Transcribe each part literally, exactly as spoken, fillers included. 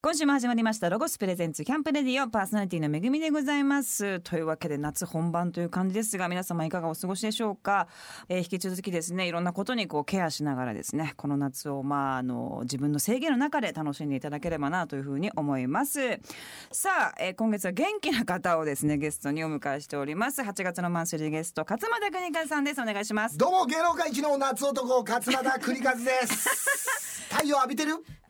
今週も始まりましたロゴスプレゼンツキャンプレディオ、パーソナリティのめぐみでございます。というわけで夏本番という感じですが、皆様いかがお過ごしでしょうか。えー、引き続きですね、いろんなことにこうケアしながらですね、この夏をまああの自分の制限の中で楽しんでいただければなというふうに思います。さあ、えー、今月は元気な方をですねゲストにお迎えしております。はちがつのマンスリーゲスト勝俣邦和さんです。お願いします。 どうも、芸能界一の夏男勝俣邦和です太陽浴びてる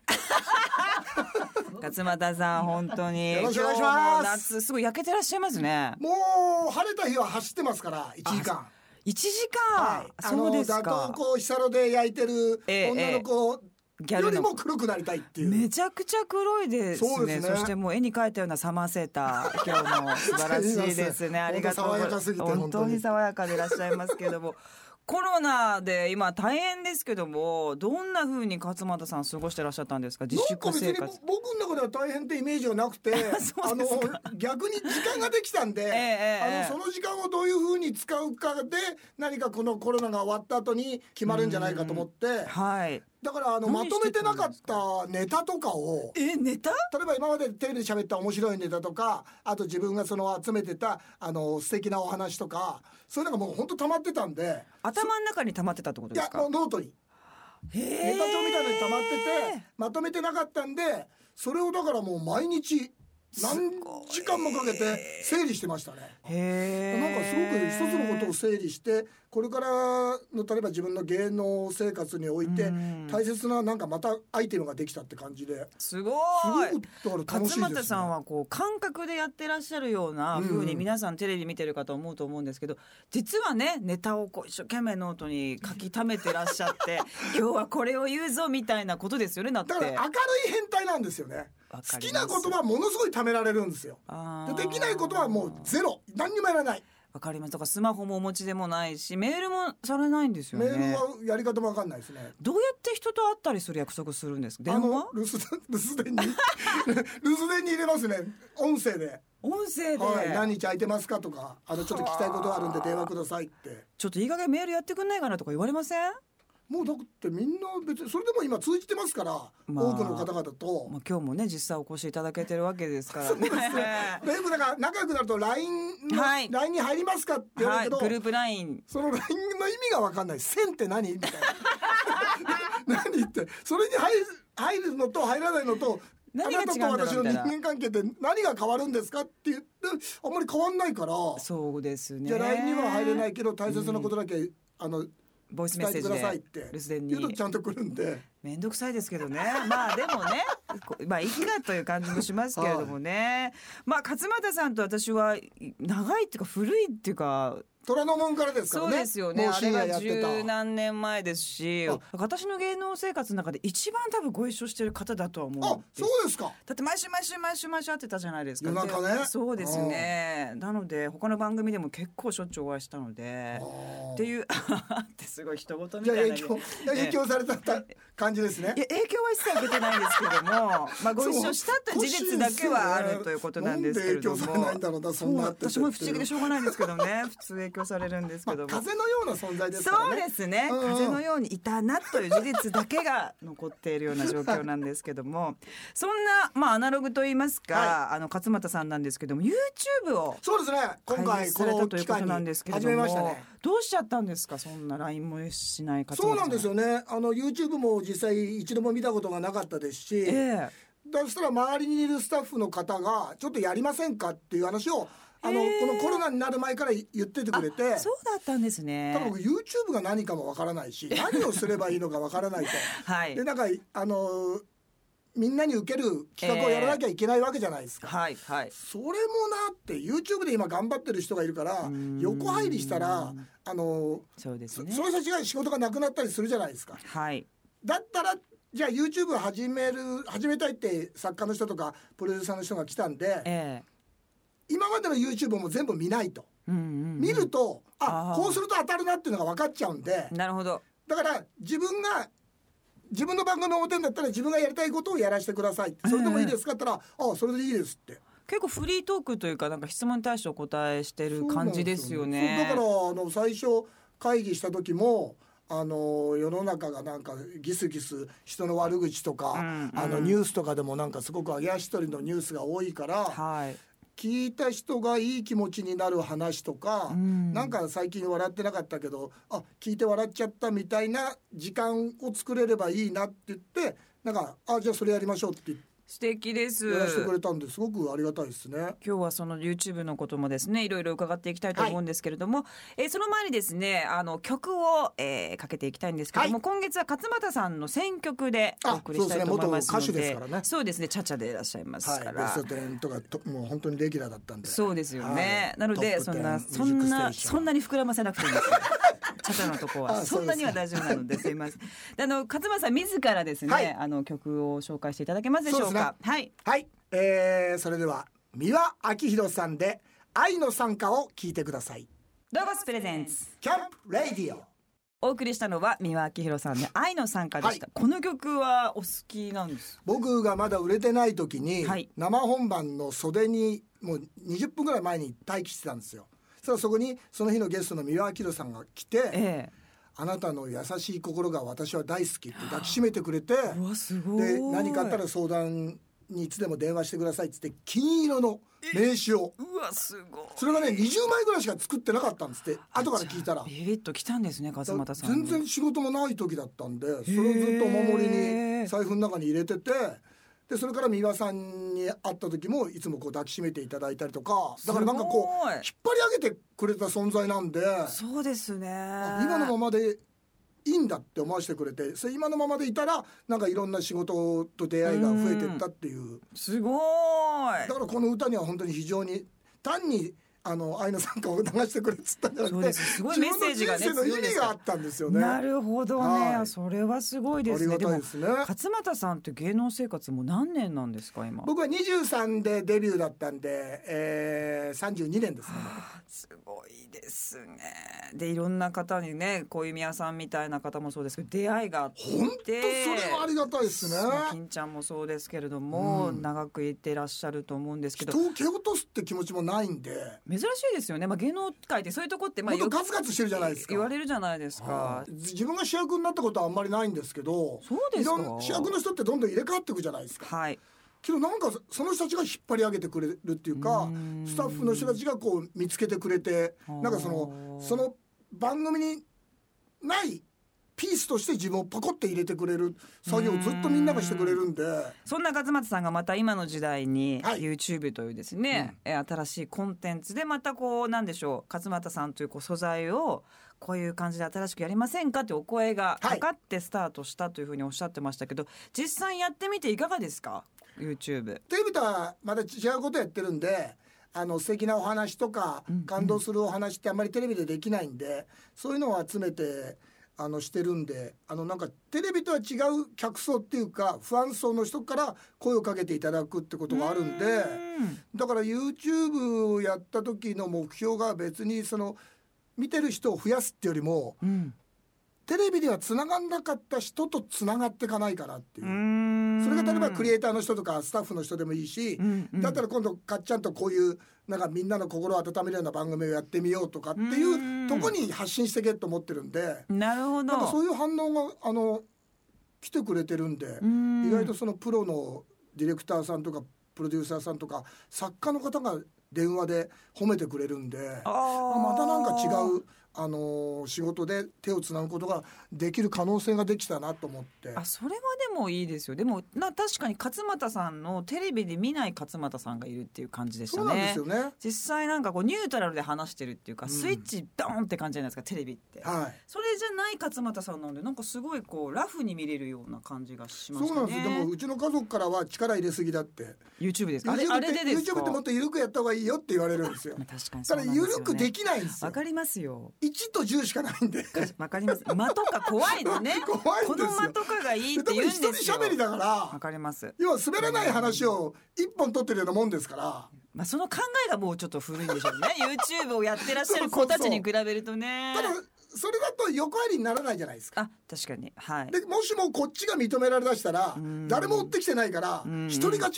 勝俣さん、本当によろしくお願いします。 今日も夏すごい焼けてらっしゃいますね。 もう晴れた日は走ってますからいちじかん。 いちじかん、はい、そうですか。 あの打倒こう日サロで焼いてる女の子、ええ、よりも黒くなりたいっていう。 めちゃくちゃ黒いですね。そうですね。そしてもう絵に描いたようなサマーセーター、今日も素晴らしいですね。ありがとうございます。本当に爽やかでいらっしゃいますけどもコロナで今大変ですけども、どんな風に勝俣さん過ごしてらっしゃったんですか、自粛生活。 なんか別に僕の中では大変ってイメージはなくてあの逆に時間ができたんで、えー、あのその時間をどういう風に使うかで何かこのコロナが終わった後に決まるんじゃないかと思って、はい、だからあのまとめてなかったネタとかを、 えネタ例えば今までテレビで喋った面白いネタとか、あと自分がその集めてたあの素敵なお話とか、そういうのがもう本当溜まってたんで。 頭の中に溜まってたってことですか。 いや、もうノートにネタ帳みたいなのに溜まっててまとめてなかったんで、それをだからもう毎日何時間もかけて整理してましたね。へなんかすごく一つのことを整理して、これからの例えば自分の芸能生活において大切ななんかまたアイテムができたって感じで、 すごいすごくだから楽しいですね。 勝俣さんはこう感覚でやってらっしゃるような風に皆さんテレビ見てる方思うと思うんですけど、実はねネタをこう一生懸命ノートに書き溜めてらっしゃって今日はこれを言うぞみたいなことですよね。だってだから明るい変態なんですよね。好きなことはものすごい貯められるんですよ。でできないことはもうゼロ、何にもやらない。 わかります。だからスマホもお持ちでもないしメールもされないんですよね。 メールはやり方もわかんないですね。 どうやって人と会ったりする約束するんですか。電話。あの留守留守電に留守電に入れますね。音声で音声で、 はい、何日空いてますかとか、あのちょっと聞きたいことがあるんで電話くださいって。 ちょっといい加減メールやってくんないかなとか言われません。 もうだってみんな別にそれでも今通じてますから、まあ、多くの方々と、 まあ、今日もね実際お越しいただけてるわけですからね。 そうですね。よくなんか仲良くなると ライン の、はい、ライン に入りますかって言われるけど、 はい、グループ ラインその ライン の意味が分かんない。線って何みたいな何ってそれに入る、入るのと入らないのと、あなたと私の人間関係って何が変わるんですかって言ってあんまり変わんないから。 そうですね。 じゃあ ライン には入れないけど大切なことだけ、うん、あのボイスメッセージで留守電に言うとちゃんと来るんで、 めんどくさいですけどね。まあでもねまあいいかという感じもしますけれどもね、はい、まあ勝俣さんと私は長いっていうか古いっていうか虎ノ門からですからね。 そうですよね。あれが十何年前ですし、私の芸能生活の中で一番多分ご一緒してる方だとは思う。 あ、そうですか。 だって毎週毎週毎週毎週会ってたじゃないですか。 夜中ね。 そうですね。なので他の番組でも結構しょっちゅうお会いしたのでっていうってすごい人事みたいな。 影響影響された感じですね。 いや影響は一切受けてないんですけどもまあご一緒したという事実だけはあるということなんですけれども、 なんで影響されないんだろうな。そんな私も不思議でしょうがないんですけどね普通影響されるんですけども、 まあ、風のような存在ですからね。 そうですね、うんうん、風のようにいたなという事実だけが残っているような状況なんですけどもそんな、まあ、アナログといいますか、はい、あの勝俣さんなんですけども YouTube をそうですね今回されたということなんですけれども、 始めましたね。 どうしちゃったんですか。そんな ライン もしない勝俣さん。 そうなんですよね。あの YouTube も実際一度も見たことがなかったですし、えー、だしたら周りにいるスタッフの方がちょっとやりませんかっていう話をあのこのコロナになる前から言っててくれて。 そうだったんですね。 ただ僕 YouTube が何かもわからないし何をすればいいのかわからないと、はい、でなんかあのみんなに受ける企画をやらなきゃいけないわけじゃないですか、えーはいはい、それもなって YouTube で今頑張ってる人がいるから横入りしたらあのそうですね、 その人たちが仕事がなくなったりするじゃないですか、はい、だったらじゃあ YouTube を始める始めたいって作家の人とかプロデューサーの人が来たんで、えー今までの YouTube も全部見ないと、うんうんうん、見るとあこうすると当たるなっていうのが分かっちゃうんで。 なるほど。 だから自分が自分の番組の表にだったら自分がやりたいことをやらせてくださいって、それでもいいですかって言ったら、あそれでいいですって。 結構フリートークというかなんか質問に対してお答えしてる感じですよね。 そうだからあの最初会議した時もあの世の中がなんかギスギス人の悪口とか、うんうん、あのニュースとかでもなんかすごく揚げ足取りのニュースが多いから、はい、聞いた人がいい気持ちになる話とか、うん、なんか最近笑ってなかったけどあ聞いて笑っちゃったみたいな時間を作れればいいなって言ってなんかあじゃあそれやりましょうって言って素敵です。 やらせてくれたんですごくありがたいですね。 今日はその YouTube のこともですねいろいろ伺っていきたいと思うんですけれども、はい、えー、その前にですねあの曲を、えー、かけていきたいんですけども、はい、今月は勝俣さんの選曲でお送りしたいと思いますので、 そうですね、元歌手ですからね。 そうですね、チャチャでいらっしゃいますから、 はい、ベストテンとかともう本当にレギュラーだったんで。 そうですよね、はい、なのでそんなそんなそんなに膨らませなくていいんですよチャチャのとこはそんなには大丈夫なのですいません。であの勝俣さん自らですね、はい、あの曲を紹介していただけますでしょうか。 はい、はい、えー、それでは三輪明宏さんで愛の賛歌を聞いてください。 ロゴスプレゼンツキャンプレディオ。 お送りしたのは三輪明宏さんで愛の賛歌でした、はい、この曲はお好きなんです。 僕がまだ売れてない時に、はい、生本番の袖にもうにじゅっぷんぐらい前に待機してたんですよ。そしたらそこにその日のゲストの三輪明宏さんが来て、ええ、あなたの優しい心が私は大好きって抱きしめてくれてうわすごい。 で何かあったら相談にいつでも電話してくださいって言って金色の名刺をうわすごいそれがねにじゅうまいぐらいしか作ってなかったんですって後から聞いたら。 ビビッと来たんですね勝俣さん。 全然仕事もない時だったんでそれをずっとお守りに財布の中に入れててでそれから三輪さんに会った時もいつもこう抱きしめていただいたりとかだからなんかこう引っ張り上げてくれた存在なんで。 そうですね。 今のままでいいんだって思わせてくれてそれ今のままでいたらなんかいろんな仕事と出会いが増えてったっていう。 すごい。 だからこの歌には本当に非常に単にあの愛の賛歌を流してくれっつったんじゃなくてすごいメッセージがね自分の人生の意味があったんですよね。 なるほどね、はい、それはすごいですね。 ありがたいですね。 でも勝俣さんって芸能生活も何年なんですか今。 僕はにじゅうさんでデビューだったんで、えー、さんじゅうにねんですね。 すごいですね。でいろんな方にね小宮さんみたいな方もそうですけど出会いがあって本当それはありがたいですね。 金ちゃんもそうですけれども、うん、長くいてらっしゃると思うんですけど人を蹴落とすって気持ちもないんで珍しいですよね、まあ、芸能界ってそういうとこってまあもっとガツガツしてるじゃないですか。 言われるじゃないですか、はあ、自分が主役になったことはあんまりないんですけどそうですか。 いろん主役の人ってどんどん入れ替わっていくじゃないですか、 はい、 けどなんかその人たちが引っ張り上げてくれるっていうかスタッフの人たちがこう見つけてくれてなんかそのその番組にないピースとして自分をパコって入れてくれる作業をずっとみんながしてくれるんで。 そんな勝俣さんがまた今の時代に YouTube というですね、はい、新しいコンテンツでまたこうなんでしょう勝俣さんというこう素材をこういう感じで新しくやりませんかってお声がかかってスタートしたというふうにおっしゃってましたけど、はい、実際やってみていかがですか YouTube。 テレビとはまた違うことやってるんであの素敵なお話とか感動するお話ってあんまりテレビでできないんで、うんうん、そういうのを集めてあのしてるんであのなんかテレビとは違う客層っていうかファン層の人から声をかけていただくってことがあるんでだから YouTube やった時の目標が別にその見てる人を増やすっていうよりも、うん、テレビではつながんなかった人とつながっていかないかなっていう。それが例えばクリエイターの人とかスタッフの人でもいいし、うんうん、だったら今度かっちゃんとこういうなんかみんなの心を温めるような番組をやってみようとかっていうとこに発信してけと思ってるんで。 なるほど。 なんかそういう反応があの来てくれてるんで意外とそのプロのディレクターさんとかプロデューサーさんとか作家の方が電話で褒めてくれるんであまたなんか違うあのー、仕事で手をつなぐことができる可能性ができたなと思って。 あそれはでもいいですよ。でもな確かに勝俣さんのテレビで見ない勝俣さんがいるっていう感じでしたね。 そうなんですよね。 実際なんかこうニュートラルで話してるっていうか、うん、スイッチドーンって感じじゃないですかテレビって、はい、それじゃない勝俣さんなんでなんかすごいこうラフに見れるような感じがしましたね。 そうなんですよ。でもうちの家族からは力入れすぎだって YouTube ですか YouTube あれ, あれでですか YouTube ってもっと緩くやった方がいいよって言われるんですよ。 確かにそうなんですよね。 ただ緩くできないんですよ。 わかりますよ。 いちとじゅうしかないんでわかります。間とか怖いのね怖いんですよ。 この間とかがいいって言うんですよ。 一人喋りだからわかります。 要は滑らない話を一本取ってるようなもんですから、 まあ、その考えがもうちょっと古いんでしょうねYouTube をやってらっしゃる子たちに比べるとね。 そうそうそう。ただそれだと横入りにならないじゃないですか。 あ確かに、はい、 でもしもこっちが認められだしたら誰も追ってきてないから一人勝ちなって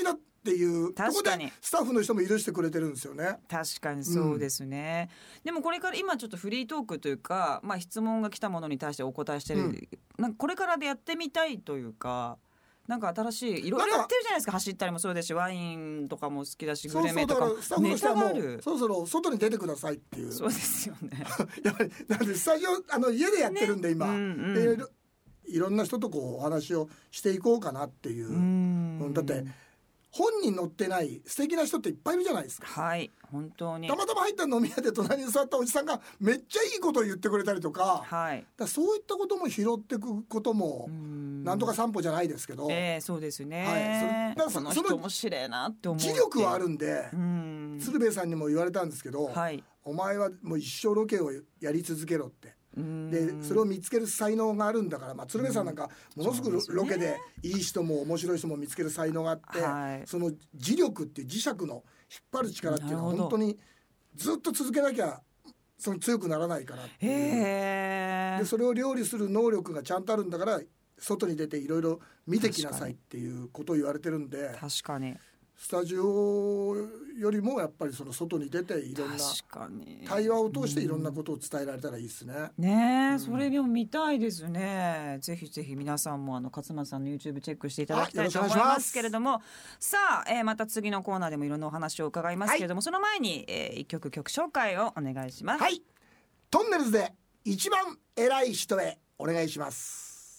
っていうとこでスタッフの人も許してくれてるんですよね。 確かにそうですね、うん、でもこれから今ちょっとフリートークというか、まあ、質問が来たものに対してお答えしてる、うん、なんかこれからでやってみたいというか、なんか新しいいろいろやってるじゃないですか。走ったりもそうですし、ワインとかも好きだし、グルメとかもスタッフの人はもうそろそろ外に出てくださいっていう。 そうですよねやはりなんでスタジオあの家でやってるんで、ね、今、うんうん、いろんな人とこうお話をしていこうかなっていう。うんだって本に載ってない素敵な人っていっぱいいるじゃないですか。 はい本当に。 たまたま入った飲み屋で隣に座ったおじさんがめっちゃいいことを言ってくれたりとか、 はい、 だそういったことも拾っていくこともなんとか散歩じゃないですけど、 えー、そうですね、はい、その人面白いなって思う。 磁力はあるんで、ん鶴瓶さんにも言われたんですけど、はい、お前はもう一生ロケをやり続けろって。でそれを見つける才能があるんだから、まあ、鶴瓶さんなんかものすごくロケでいい人も面白い人も見つける才能があって、はい、その磁力っていう磁石の引っ張る力っていうのは本当にずっと続けなきゃその強くならないからっていう。へー。でそれを料理する能力がちゃんとあるんだから外に出ていろいろ見てきなさいっていうことを言われてるんで、 確かにスタジオよりもやっぱりその外に出ていろんな対話を通していろんなことを伝えられたらいいですね。 ねえ、うん、それも見たいですね。ぜひぜひ皆さんもあの勝俣さんの YouTube チェックしていただきたいと思いますけれども、さあ、えー、また次のコーナーでもいろんなお話を伺いますけれども、はい、その前に、えー、一曲曲紹介をお願いします。 はい、トンネルズで一番偉い人へお願いします。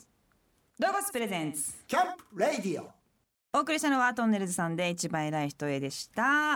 ロゴスプレゼンツキャンプレディオ。 お送りしたのはトンネルズさんで一番偉い人へでした。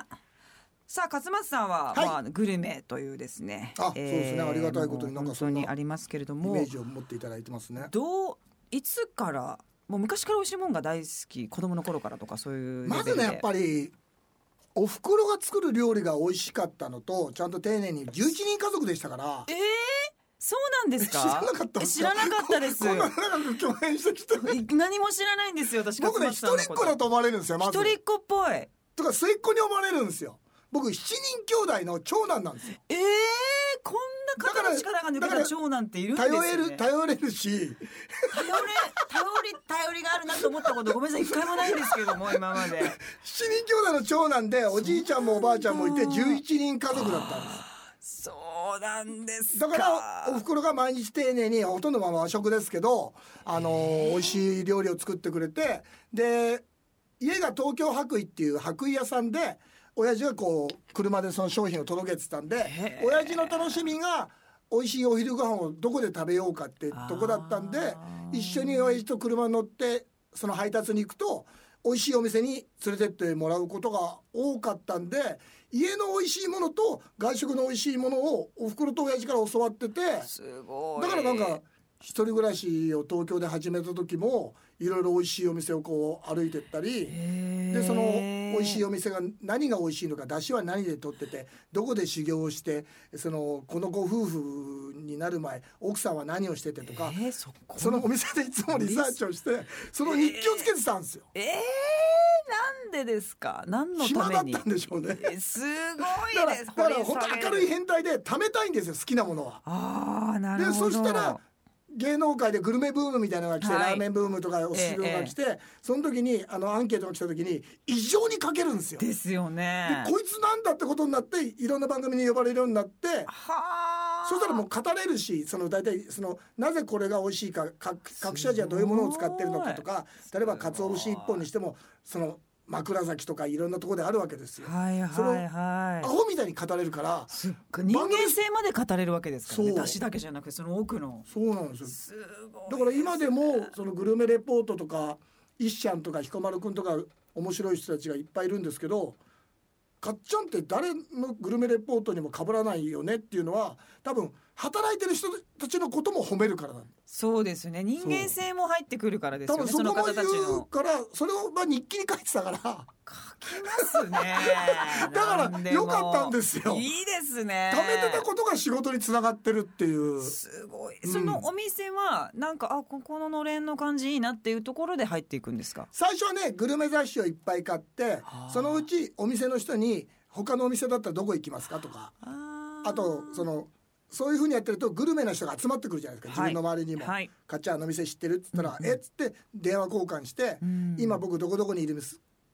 さあ勝俣さんは、はい、まあ、グルメというですね、 あ、えー、そうですね、ありがたいことになんかそんな本当にありますけれども、 イメージを持っていただいてますね。 どういつからもう昔から美味しいもんが大好き、子供の頃からとかそういうレベルで。 まずねやっぱりお袋が作る料理が美味しかったのと、ちゃんと丁寧にじゅういちにん家族でしたから。 えーそうなんですか。 知らなかったんですか。 知らなかったです。 こんな長く共演してきて何も知らないんですよ私。 僕ね一人っ子だと思われるんですよ。まず一人っ子っぽいとか末っ子に思われるんですよ。僕しちにん兄弟の長男なんですよ。 えー、こんな方の力が抜けた長男っているんですね。 頼れる頼れるし頼れ頼り頼りがあるなと思ったことごめんなさい一回もないんですけども今まで。 しちにん兄弟の長男でおじいちゃんもおばあちゃんもいてじゅういちにん家族だったんです。 そうなんですか。 だからお袋が毎日丁寧にほとんどまあ和食ですけど、あのー、美味しい料理を作ってくれて、で家が東京白衣っていう白衣屋さんで親父がこう車でその商品を届けてたんで、親父の楽しみが美味しいお昼ご飯をどこで食べようかってとこだったんで、一緒に親父と車に乗ってその配達に行くと美味しいお店に連れてってもらうことが多かったんで、家の美味しいものと外食の美味しいものをお袋と親父から教わってて、 すごい。 だからなんか一人暮らしを東京で始めた時もいろいろ美味しいお店をこう歩いてったりで、その美味しいお店が何が美味しいのか、出汁は何で取っててどこで修行をして、そのこのご夫婦になる前奥さんは何をしててとか、 えー、そ, そのお店でいつもリサーチをしてその日記をつけてたんですよ。 えー、えーなんでですか。何のために。 暇だったんでしょうね。 えすごいです。 だからだから本当明るい変態で貯めたいんですよ、好きなものは。 あー、なるほど。 でそしたら芸能界でグルメブームみたいなのが来て、はい、ラーメンブームとかお寿司ブームが来て、ええ、その時にあのアンケートが来た時に異常に書けるんですよ。 ですよね。 でこいつなんだってことになっていろんな番組に呼ばれるようになって、 はそしたらもう語れるし、その大体そのなぜこれが美味しいか、か隠し味はどういうものを使ってるのかとか、例えば鰹節一本にしてもその枕崎とかいろんなところであるわけですよ。 はいはいはい。それをアホみたいに語れるから、 すっごい人間性まで語れるわけですからね。出汁だけじゃなくてその奥の。 そうなんですよ。 すごい。 だから今でもそのグルメレポートとか一ちゃんとか彦丸くんとか面白い人たちがいっぱいいるんですけど、かっちゃんって誰のグルメレポートにも被らないよねっていうのは、多分働いてる人たちのことも褒めるからなんです。 そうですね。人間性も入ってくるからですよね。 多分そこも言うから、それをまあ日記に書いてたから書きますね。 だから良かったんですよ。 いいですね。 貯めてたことが仕事につながってるっていう。 すごい。そのお店はなんか、あ、ここののれんの感じいいなっていうところで入っていくんですか。 最初はねグルメ雑誌をいっぱい買って、そのうちお店の人に他のお店だったらどこ行きますかとか、あ, あとそのそういう風にやってるとグルメな人が集まってくるじゃないですか、はい、自分の周りにも、はい、かっちゃんあの店知ってるっつったら、うんうん、えっつって電話交換して、うん、今僕どこどこにいるんです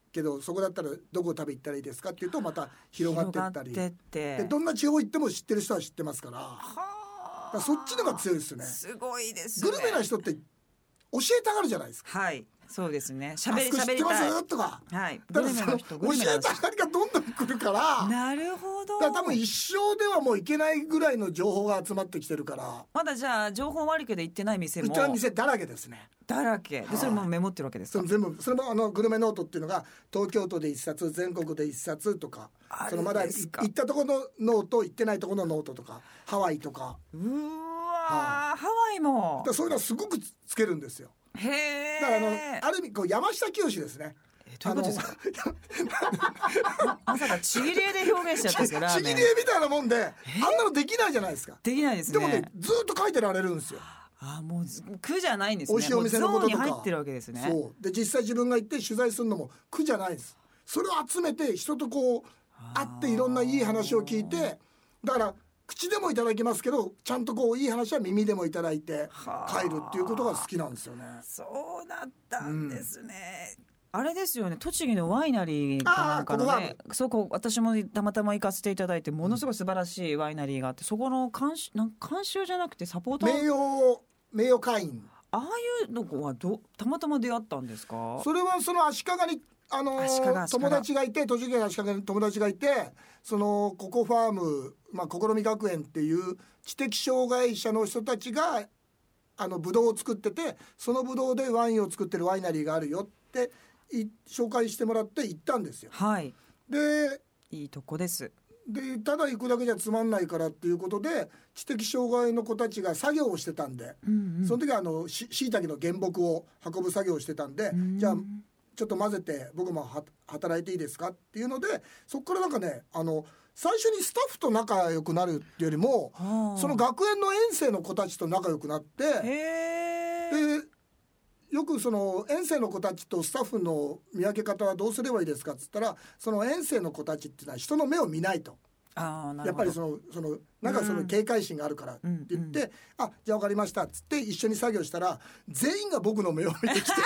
けどそこだったらどこ食べ行ったらいいですかっていうとまた広がっていったり広がってってでどんな地方行っても知ってる人は知ってますから、だからそっちのが強いですよね。 すごいですね。 グルメな人って教えたがるじゃないですか。 はいそうですね。しゃべり知ってますとか、 はい、 だからその教えたがりがどんどん来るからなるほど。 だから多分一生ではもういけないぐらいの情報が集まってきてるから、 まだじゃあ情報割りけで行ってない店も行ってない店だらけですね。 だらけでそれもメモってるわけですか。 それ全部それもあのグルメノートっていうのが東京都で一冊全国で一冊とか、そのまだ行ったところのノート行ってないところのノートとかハワイとか、 うわ、はあ、ハワイもだそういうのはすごくつけるんですよ。 へえ。 だからあのある意味こう山下清ですね。 えどういうことですか。まさかちぎり絵で表現しちゃったんですか。 ちぎり絵みたいなもんであんなのできないじゃないですか。 できないですね。 でもねずっと書いてられるんですよ。 あもう苦じゃないんですね。 美味しいお店のこととかゾーンに入ってるわけですね。 そうで実際自分が行って取材するのも苦じゃないです。それを集めて人とこう会っていろんないい話を聞いて、だから口でもいただきますけどちゃんとこういい話は耳でもいただいて帰るっていうことが好きなんですよね。 そうだったんですね、うん、あれですよね、栃木のワイナリーかなんかのね、そこ私もたまたま行かせていただいてものすごい素晴らしいワイナリーがあって、そこの監修なん監修じゃなくてサポーター名誉名誉会員ああいうのはどたまたま出会ったんですか。 それはその足利にあのー、友達がいて栃木の足利に友達がいてそのココファーム、まあ、試み学園っていう知的障害者の人たちがあのブドウを作っててそのブドウでワインを作ってるワイナリーがあるよって紹介してもらって行ったんですよ。 はいでいいとこです。 でただ行くだけじゃつまんないからっていうことで知的障害の子たちが作業をしてたんで、うんうん、その時はあのしいたけの原木を運ぶ作業をしてたんで、うん、じゃあちょっと混ぜて僕もは働いていいですかっていうのでそこからなんかねあの最初にスタッフと仲良くなるっていうよりもその学園の園生の子たちと仲良くなってでよくその園生の子たちとスタッフの見分け方はどうすればいいですかっつったらその園生の子たちっていうのは人の目を見ないと。 あなるほど。 やっぱりそのそのなんかその警戒心があるからって言って、うんうん、あじゃあ分かりましたっつって一緒に作業したら全員が僕の目を見てきて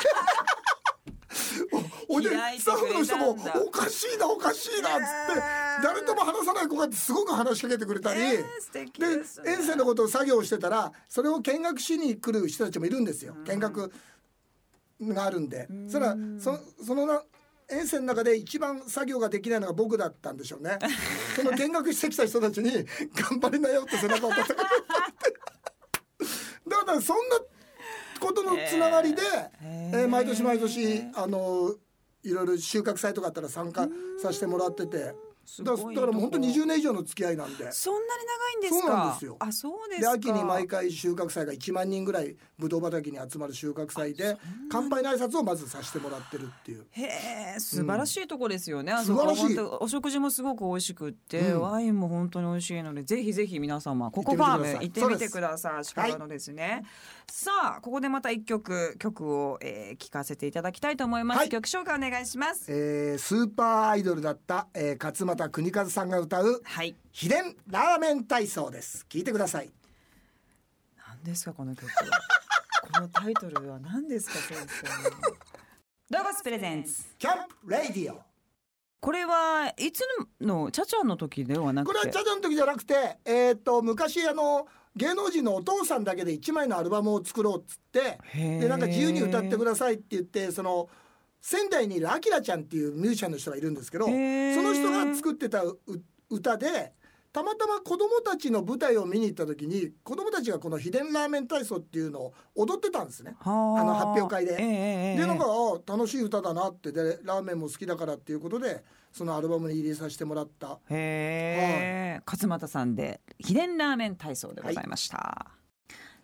おでスタッフの人もおかしいなおかしいなっつって誰とも話さない子がってすごく話しかけてくれたり、えー、素敵ですね。で園生のことを作業してたらそれを見学しに来る人たちもいるんですよ。見学があるんで、うん、そらそそのな園生の中で一番作業ができないのが僕だったんでしょうね。その見学してきた人たちに頑張りなよって背中を叩かれてだからそんなことのつながりで、えーえー、毎年毎年あのいろいろ収穫祭とかあったら参加させてもらっててだからもう本当ににじゅうねん以上の付き合いなんで。 そんなに長いんですか。 そうなんですよ。 あそうですか。 で秋に毎回収穫祭がいちまんにんぐらいぶどう畑に集まる収穫祭で乾杯の挨拶をまずさせてもらってるっていう。 へえ素晴らしいとこですよね、うん、 素晴らしい。 お食事もすごく美味しくって、うん、ワインも本当に美味しいのでぜひぜひ皆様ココファーム行ってみてください。足利のですね、はい、さあここでまた一曲曲を、えー、聴かせていただきたいと思います、はい、曲紹介お願いします。 えー、スーパーアイドルだった、えー、勝俣邦和さんが歌う、はい、秘伝ラーメン体操です。聞いてください。 何ですかこの曲このタイトルは何ですか。そうですよねロゴスプレゼンツキャンプレディオ。 これはいつのチャチャの時ではなくて、 これはチャチャの時じゃなくて、えー、と昔あの芸能人のお父さんだけでいちまいのアルバムを作ろうっつってでなんか自由に歌ってくださいって言ってその仙台にいるアキラちゃんっていうミュージシャンの人がいるんですけどその人が作ってた歌でたまたま子供たちの舞台を見に行った時に子供たちがこの秘伝ラーメン体操っていうのを踊ってたんですね。あの発表会で、えー、でなんかあ楽しい歌だなってでラーメンも好きだからっていうことでそのアルバムに入れさせてもらった。 へー、はい、勝俣さんで秘伝ラーメン体操でございました、はい。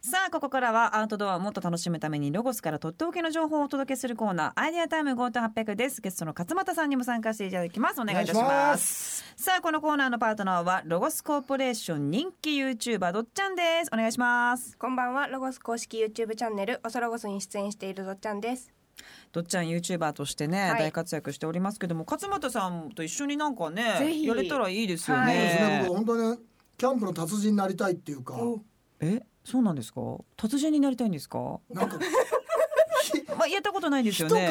さあここからはアウトドアをもっと楽しむためにロゴスからとっておきの情報をお届けするコーナーアイデアタイム ゴートはっぴゃく です。ゲストの勝俣さんにも参加していただきます。お願いいたします。さあこのコーナーのパートナーはロゴスコーポレーション人気 YouTuber どっちゃんです。お願いします。 こんばんは。ロゴス公式 YouTube チャンネルおそロゴスに出演しているどっちゃんです。 どっちゃん YouTuber としてね、はい、大活躍しておりますけども勝俣さんと一緒になんかねやれたらいいですよね、 はい、僕本当に、ね、キャンプの達人になりたいっていうか。 えそうなんですか。達人になりたいんですか。 なんかまあやったことないですよね。 火とか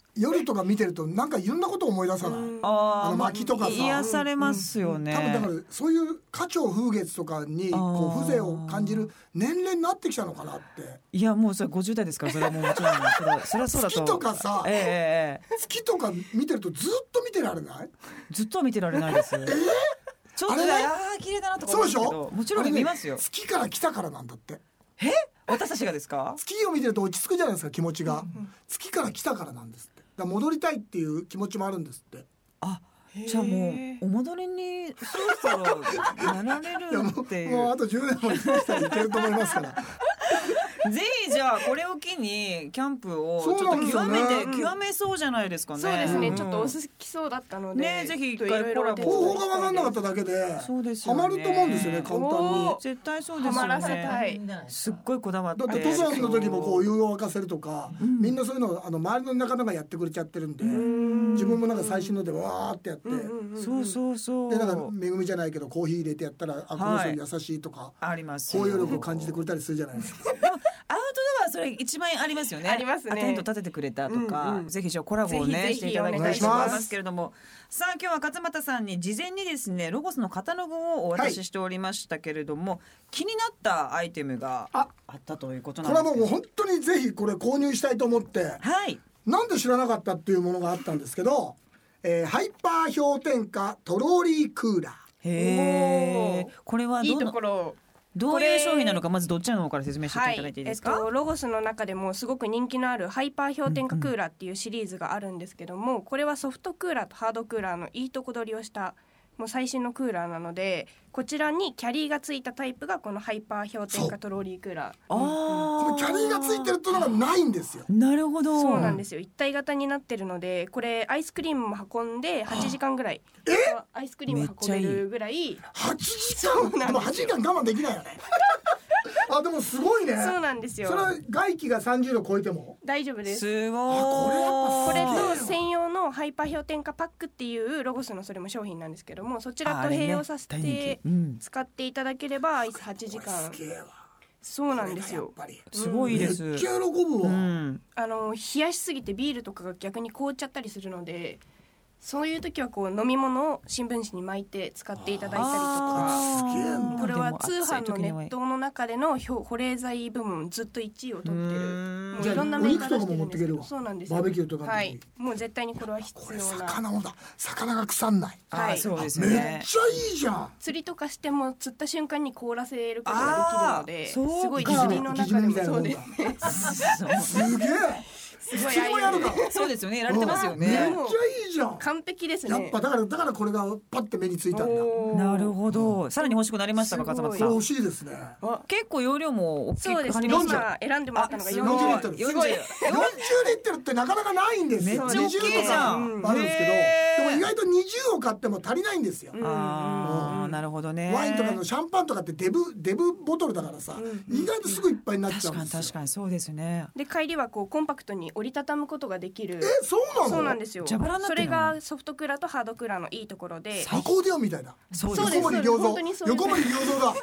夜とか見てるとなんかいろんなことを思い出さない。 ああの薪とかさ癒されますよね、 多分だからそういう花鳥風月とかにこう風情を感じる年齢になってきたのかなって。 いやもうそれごじゅう代ですから、それはもうもちろんそれはそれはそうだと。 月とかさ、 ええ、 月とか見てるとずっと見てられない？ ずっとは見てられないです。えー、ちょっとあれ、あー綺麗だなとか思うんですけど、もちろん見ますよ、 ね、月から来たからなんだって。 え、私たちがですか？ 月を見てると落ち着くじゃないですか、気持ちが。月から来たからなんですって。だから戻りたいっていう気持ちもあるんですって。 あ、じゃあもうお戻りにそろそろなられるっていう。 いやもう、もうあとじゅうねんもしたらいけると思いますからぜひじゃあこれを機にキャンプをちょっと極めて、ね、極めそうじゃないですかね。 そうですね、うん、ちょっとお好きそうだったので、 ね、ぜひ一回コラボ。 方法が分かんなかっただけでそうですよね、 ハマると思うんですよね、簡単に。 絶対そうですよね。 ハマらせたい。 すっごいこだわって。 だって登山の時もこうお湯を沸かせるとか、うん、みんなそういうのあの周りの仲間がやってくれちゃってるんで、ん自分もなんか最新のでわーってやって、うんうん、そうそうそう。 でなんか恵みじゃないけどコーヒー入れてやったら、あ、この人優しいとか、 あります。 包容力を感じてくれたりするじゃないですか。 アウトドアはそれ一番ありますよね。 ありますね。 テント立ててくれたとか、うんうん、ぜひじゃあコラボをねしていただきたいと思いますけれども、さあ今日は勝俣さんに事前にですねロゴスのカタログをお渡ししておりましたけれども、はい、気になったアイテムがあったということなんですけど、 これはもう本当にぜひこれ購入したいと思って、 はい、 なんで知らなかったっていうものがあったんですけど、えー、ハイパー氷点下トローリークーラー。 へー、これはどのいいところどういう商品なのか、まずどっちの方から説明していただいていいですか？ はい、えっと、ロゴスの中でもすごく人気のあるハイパー氷点下クーラーっていうシリーズがあるんですけども、うんうん、これはソフトクーラーとハードクーラーのいいとこ取りをしたもう最新のクーラーなので、こちらにキャリーがついたタイプがこのハイパー氷点下トローリークーラー。 あ、うん、このキャリーがついてるというのがないんですよ。 なるほど。 そうなんですよ、一体型になってるので、これアイスクリームも運んではちじかんぐらい、 えアイスクリーム運べるぐらい。 はちじかん、でもはちじかん我慢できないよねあ、でもすごいね。 そうなんですよ。 それは外気がさんじゅうど超えても大丈夫です。 すごい。 これと専用のハイパー氷点下パックっていうロゴスのそれも商品なんですけども、そちらと併用させて使っていただければアイスはちじかん。そうなんですよ。 すごいです。 めっちゃ喜ぶわ、うん、 あの冷やしすぎてビールとかが逆に凍っちゃったりするので、そういう時はこう飲み物を新聞紙に巻いて使っていただいたりとか。これは通販のネットの中での保冷剤部門ずっといちいを取ってる。もういろんなメーカー出してるんですけど、そうなんですよ。 バーベキューとかはい、もう絶対にこれは必要な。 これ魚もだ、魚が腐んない。 はい、 そうですね。めっちゃいいじゃん。 釣りとかしても釣った瞬間に凍らせることができるので、すごい釣りの中でもそうですね。 すげえ。 すごいやるか。 そうですよね、やられてますよね。 めっちゃいいじゃん。 完璧ですね。 やっぱだからだからこれがパッて目についたんだ。 なるほど。さらに欲しくなりましたか、勝俣さん。 欲しいですね。 結構容量も大きくそうですね。今選んでもらったのがよんじゅうリットル。 よんじゅうリットルってなかなかないんですよ。 めっちゃ大きいじゃん。 あるんですけど、でも意外とにじゅうを買っても足りないんですよ。 ああ、なるほどね。 ワインとかのシャンパンとかってデブデブボトルだからさ、意外とすぐいっぱいになっちゃうんですよ。 確かに確かにそうですね。 で帰りはこうコンパクトに折りたたむことができる。 え、そうなの？ そうなんですよ。 蛇腹になってるの？ それがソフトクーラーとハードクーラーのいいところで。 アコーディオンみたいな。 そうです。 横森良三。横森良三だ。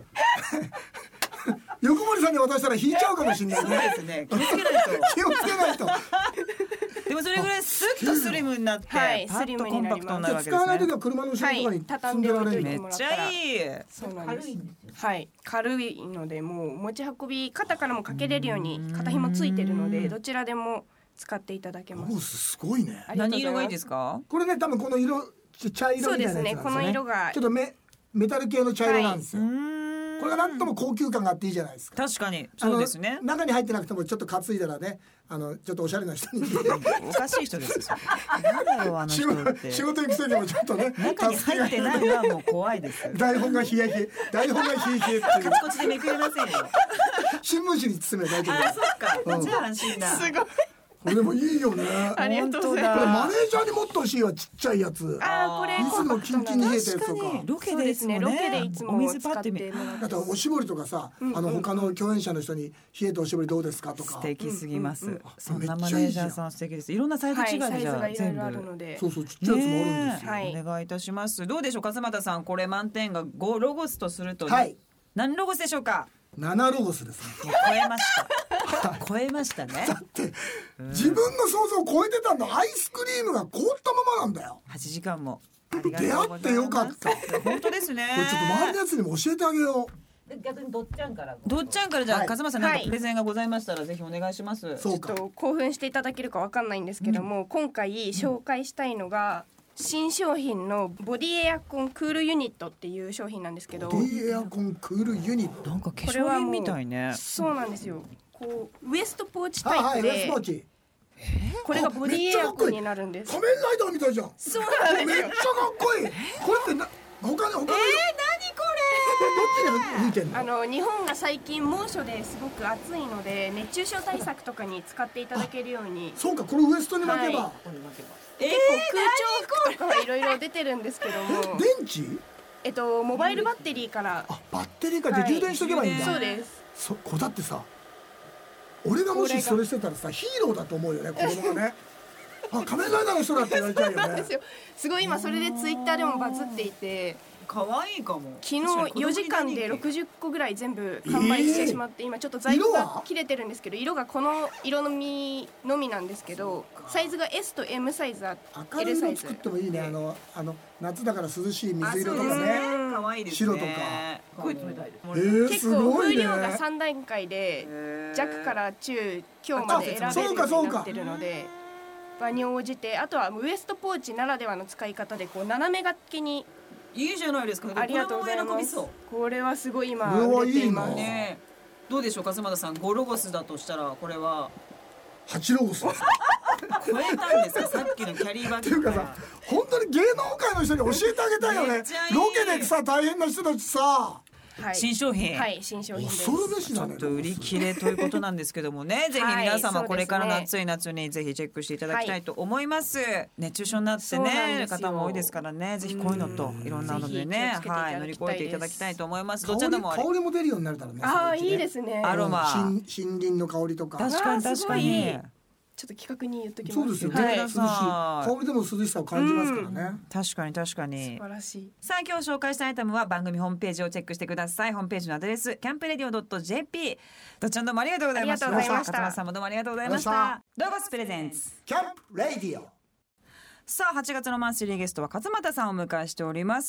横森さんに渡したら引いちゃうかもしれないね。 そうですね。気をつけないと。 気をつけないと。 でもそれぐらいスッとスリムになって、パッとコンパクトになるわけですね。 使わない時は車の後ろとかに積んでられる。 めっちゃいい。 そうなんです。はい、軽いのでもう持ち運び、肩からもかけれるように肩紐ついてるので、どちらでも使っていただけます。 すごいね。 何色がいいですか？ これね、多分この色茶色みたいなやつなんですね。 そうですね。この色がちょっとメメタル系の茶色なんですよ。これがなんとも高級感があっていいじゃないですか。 確かにそうですね。 中に入ってなくてもちょっと担いだらね、あのちょっとおしゃれな人におかしい人ですよ。なんだろうあの人って。 仕事行く時もちょっとね、 中に入ってないのはもう怖いです。 台本が冷や冷え、台本が冷え冷えっていう。 カチコチでめくれませんよ。 新聞紙に包めば大丈夫。 あ、そっか。じゃあ安心だ。 すごい。 これもいいよね。 ありがとうございます。 これマネージャーに持ってほしいわ、ちっちゃいやつ。 あ、これいつもキンキンに冷えたやつとか。 ロケでですね。 ロケでいつもお水パッてみ。 あとおしぼりとかさ、あの他の共演者の人に冷えたおしぼりどうですかとか。 素敵すぎます。そんなマネージャーさん素敵です。いろんなサイズ違いでじゃ全部。 そうそう、ちっちゃいやつもあるんですよ。お願いいたします。どうでしょう、勝俣さん、これ満点がごロゴスとすると何ロゴスでしょうか？ ななロゴスですね。 超えました超えましたね。 だって自分の想像を超えてたんだ。アイスクリームが凍ったままなんだよ。 はちじかんも出会ってよかった。 本当ですね。 これちょっと周りのやつにも教えてあげよう。逆にどっちゃんからどっちゃんからじゃあ、はい、勝間さんなんかプレゼンがございましたら、はい、ぜひお願いします。 ちょっと興奮していただけるかわかんないんですけども、うん、今回紹介したいのが、うん、新商品のボディエアコンクールユニットっていう商品なんですけど、 ボディエアコンクールユニット、 なんか化粧品みたいね。 そうなんですよ。こうウエストポーチタイプで、はいはい、ウエストポーチ、これがボディエアコンになるんです。 仮面ライダーみたいじゃん。 そうなんですよ。 めっちゃかっこいい。これってな他に他に、えー、何これ。どっちに向いてんの？ あの日本が最近猛暑ですごく暑いので熱中症対策とかに使っていただけるように。 そうか、これウエストに巻けば。はい、 結構空調服とかいろいろ出てるんですけども。 電池？ えっとモバイルバッテリーから。 あ、バッテリーからで充電しとけばいいんだ。 そうです。 そこれだってさ、俺がもしそれしてたらさ、ヒーローだと思うよね、子供がね。あ、仮面ライダーの人だって言われちゃうよね。 す, すごい今それでツイッターでもバズっていて、 可愛いかも。 昨日よじかんでろくじゅっこぐらい全部完売してしまって、えー、今ちょっと在庫が切れてるんですけど、色がこの色のみのみなんですけど、サイズが エス と エム サイズあって、 明るいの作ってもいいね。あのあの夏だから涼しい水色とかね、 可愛いですね。 白とか。 すごい冷たいです。 えー、 結構風量がさん段階で弱から中強まで選べるようになってるので、場に応じて、あとはウエストポーチならではの使い方でこう斜め掛けに。 いいじゃないですか。 ありがとうございます。これはすごい今売れていますね。どうでしょう勝俣さん、ごロゴスだとしたらこれははちロゴス超えたんですかさっきのキャリーバッグ。 っていうかさ、本当に芸能界の人に教えてあげたいよね。ロケでさ大変な人たちさ。 はい、 新商品、 はい、新商品です。 恐るべしだね。 ちょっと売り切れということなんですけどもねぜひ皆様これからの暑い夏にぜひチェックしていただきたいと思います、はい、熱中症になってね方も多いですからね、ぜひこういうのといろんなのでね、はい、乗り越えていただきたいと思います。どちらでも香りも出るようになるからね。 ああ、いいですね。 アロマ、 森林の香りとか。 確かに確かに。 ちょっと企画に言っときます。 そうですよね、はい、涼しい香りでも涼しさを感じますからね、うん、 確かに確かに素晴らしい。 さあ今日紹介したアイテムは番組ホームページをチェックしてください。ホームページのアドレスキャンプレディオ ドット ジェーピー。 どっちゃんどうもありがとうございました。勝間さんもどうもありがとうございました。ロゴスプレゼンツキャンプレディオ。 さあはちがつのマンスリーゲストは勝俣さんをお迎えしております、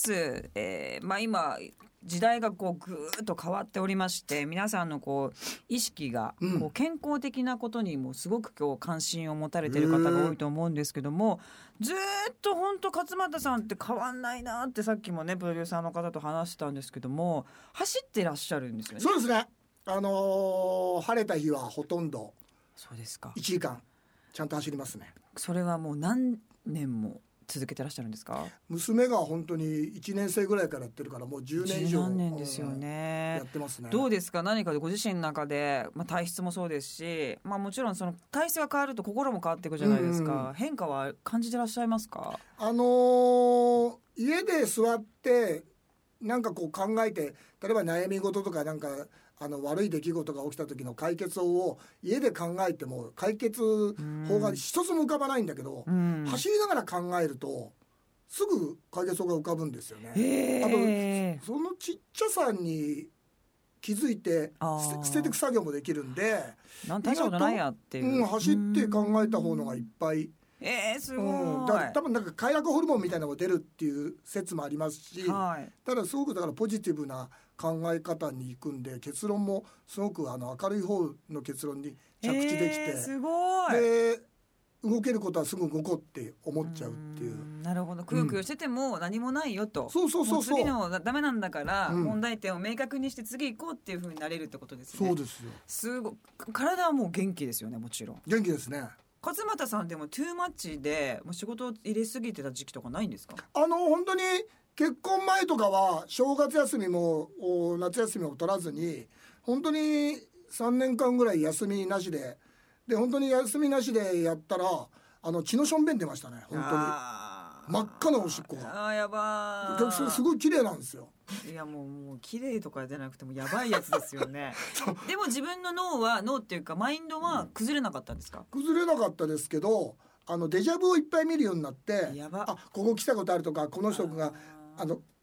えー、まあ今時代がこうぐーっと変わっておりまして、皆さんのこう意識がこう健康的なことにもすごく今日関心を持たれている方が多いと思うんですけども、ずっと本当勝俣さんって変わんないなってさっきもねプロデューサーの方と話したんですけども、走ってらっしゃるんですよね。 そうですね、あのー、晴れた日はほとんどそうですかいちじかんちゃんと走りますね。 それはもう何年も続けてらっしゃるんですか？ 娘が本当にいちねん生ぐらいからやってるからもうじゅうねん以上じゅうなんねんですよね、 やってますね。 どうですか、何かでご自身の中で、まあ、体質もそうですし、まあ、もちろんその体質が変わると心も変わっていくじゃないですか、うんうん、変化は感じてらっしゃいますか？ あのー、家で座ってなんかこう考えて、例えば悩み事とかなんかあの悪い出来事が起きた時の解決法を家で考えても解決法が一つも浮かばないんだけど、うん、走りながら考えるとすぐ解決法が浮かぶんですよね。あとそのちっちゃさに気づいて捨てていく作業もできるんで、 なん大したことないやっていう、 うん、走って考えた方のがいっぱい、 えー、すごい、 うん、だ多分なんか快楽ホルモンみたいなのが出るっていう説もありますし、はい、ただすごくだからポジティブな考え方に行くんで、結論もすごくあの明るい方の結論に着地できて、 えー、すごいで動けることはすぐ動こうって思っちゃうっていう。 うなるほど、くよくよしてても何もないよと、うん、 そうそうそうそう、 次のダメなんだから、うん、問題点を明確にして次行こうっていう風になれるってことですね。 そうですよ。 すご体はもう元気ですよね。もちろん元気ですね。 勝俣さんでもトゥーマッチでもう仕事を入れすぎてた時期とかないんですか？ あの本当に結婚前とかは正月休みも夏休みも取らずに本当にさんねんかんぐらい休みなしでで本当に休みなしでやったらあの血のしょんべん出ましたね。本当に真っ赤なおしっこが。 あーやばー。 それすごい綺麗なんですよ。 いやもうもう綺麗とかじゃなくてもやばいやつですよねでも自分の脳は脳っていうかマインドは崩れなかったんですか？ 崩れなかったですけど、あのデジャブをいっぱい見るようになって、やばあここ来たことあるとかこの人があの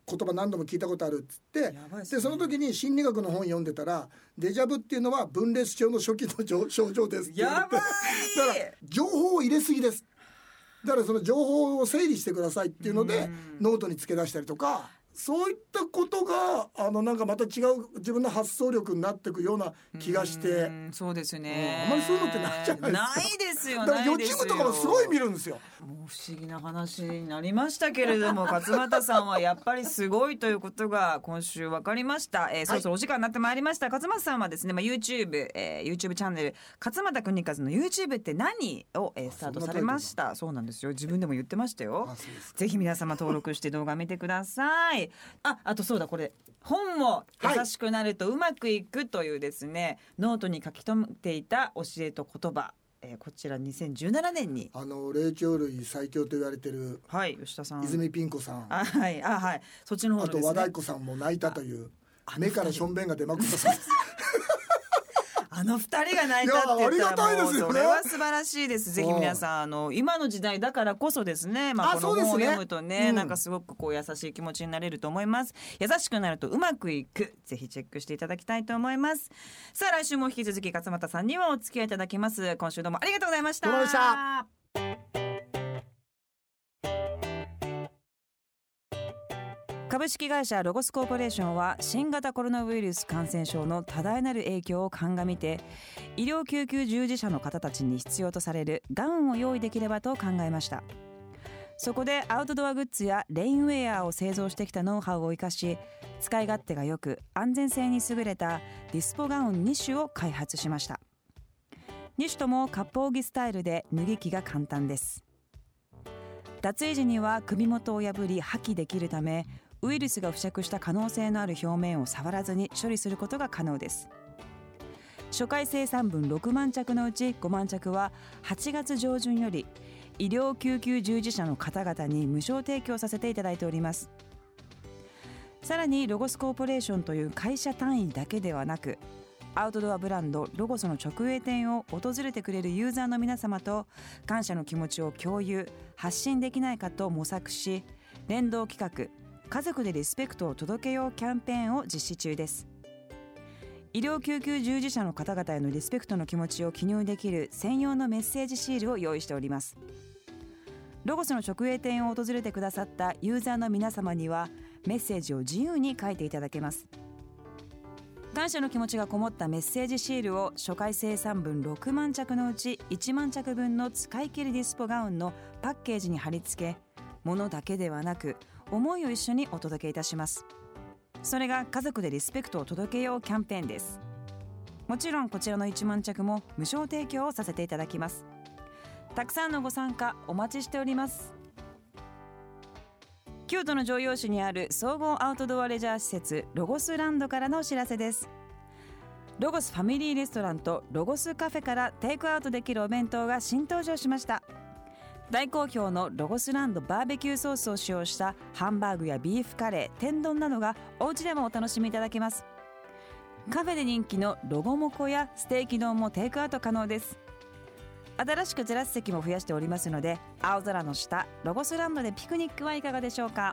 言葉何度も聞いたことあるっつって、で、ね、でその時に心理学の本読んでたら、デジャブっていうのは分裂症の初期の症状ですって言われて、だから情報を入れすぎです、だからその情報を整理してくださいっていうのでノートに付け出したりとか、そういったことがあのなんかまた違う自分の発想力になっていくような気がして、うん、 そうですね、 うん、あまりそういうのってないじゃないですか。 ないですよ。 だから予知夢とかもすごい見るんですよ。 もう不思議な話になりましたけれども勝俣さんはやっぱりすごいということが今週分かりました、えー、そろそろお時間になってまいりました、はい、勝俣さんはですね、まあ、YouTube、えー、YouTube チャンネル勝俣邦和の YouTube って何を、えー、スタートされました。そうなんですよ、自分でも言ってましたよ。ぜひ皆様登録して動画見てください。あ、あとそうだ、これ本も優しくなるとうまくいくというですね、はい、ノートに書き留めていた教えと言葉、えー、こちらにせんじゅうななねんにあの霊長類最強と言われてる、 はい、吉田さん、 泉ピン子さん、 あ、はい、あ、はい、そっちの方ですね。 あと和田子さんも泣いたという、目からしょんべんが出まくったそうですあの二人が泣いたって言ったらもうそれは素晴らしいです。ぜひ皆さん、あの今の時代だからこそですね、まあ、この本を読むとね、うん、なんかすごくこう優しい気持ちになれると思います。優しくなるとうまくいく、ぜひチェックしていただきたいと思います。さあ来週も引き続き勝俣さんにはお付き合いいただきます。今週どうもありがとうございました。 どうもでした。 株式会社ロゴスコーポレーションは新型コロナウイルス感染症の多大なる影響を鑑みて、医療救急従事者の方たちに必要とされるガウンを用意できればと考えました。そこでアウトドアグッズやレインウェアを製造してきたノウハウを生かし、使い勝手が良く安全性に優れたディスポガウンに種を開発しました。に種とも割烹着スタイルで脱ぎ着が簡単です。脱衣時には首元を破り破棄できるため、ウイルスが付着した可能性のある表面を触らずに処理することが可能です。初回生産分ろくまん着のうちごまん着ははちがつ上旬より医療救急従事者の方々に無償提供させていただいております。さらにロゴスコーポレーションという会社単位だけではなく、アウトドアブランドロゴスの直営店を訪れてくれるユーザーの皆様と感謝の気持ちを共有発信できないかと模索し、連動企画家族でリスペクトを届けようキャンペーンを実施中です。医療救急従事者の方々へのリスペクトの気持ちを記入できる専用のメッセージシールを用意しております。ロゴスの直営店を訪れてくださったユーザーの皆様にはメッセージを自由に書いていただけます。感謝の気持ちがこもったメッセージシールを初回生産分ろくまん着のうちいちまん着分の使い切りディスポガウンのパッケージに貼り付け、物だけではなく思いを一緒にお届けいたします。それが家族でリスペクトを届けようキャンペーンです。もちろんこちらのいちまん着も無償提供をさせていただきます。たくさんのご参加お待ちしております。京都の城陽市にある総合アウトドアレジャー施設ロゴスランドからのお知らせです。ロゴスファミリーレストランとロゴスカフェからテイクアウトできるお弁当が新登場しました。大好評のロゴスランドバーベキューソースを使用したハンバーグやビーフカレー、天丼などがお家でもお楽しみいただけます。カフェで人気のロゴモコやステーキ丼もテイクアウト可能です。新しくテラス席も増やしておりますので、青空の下ロゴスランドでピクニックはいかがでしょうか。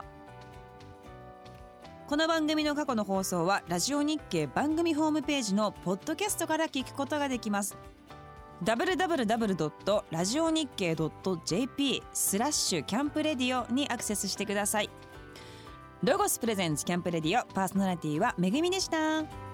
この番組の過去の放送はラジオ日経番組ホームページのポッドキャストから聞くことができます。ダブリューダブリューダブリュードットラジオ日経ドットジェーピースラッシュキャンプレディオにアクセスしてください。ロゴスプレゼンツキャンプレディオ、パーソナリティはめぐみでした。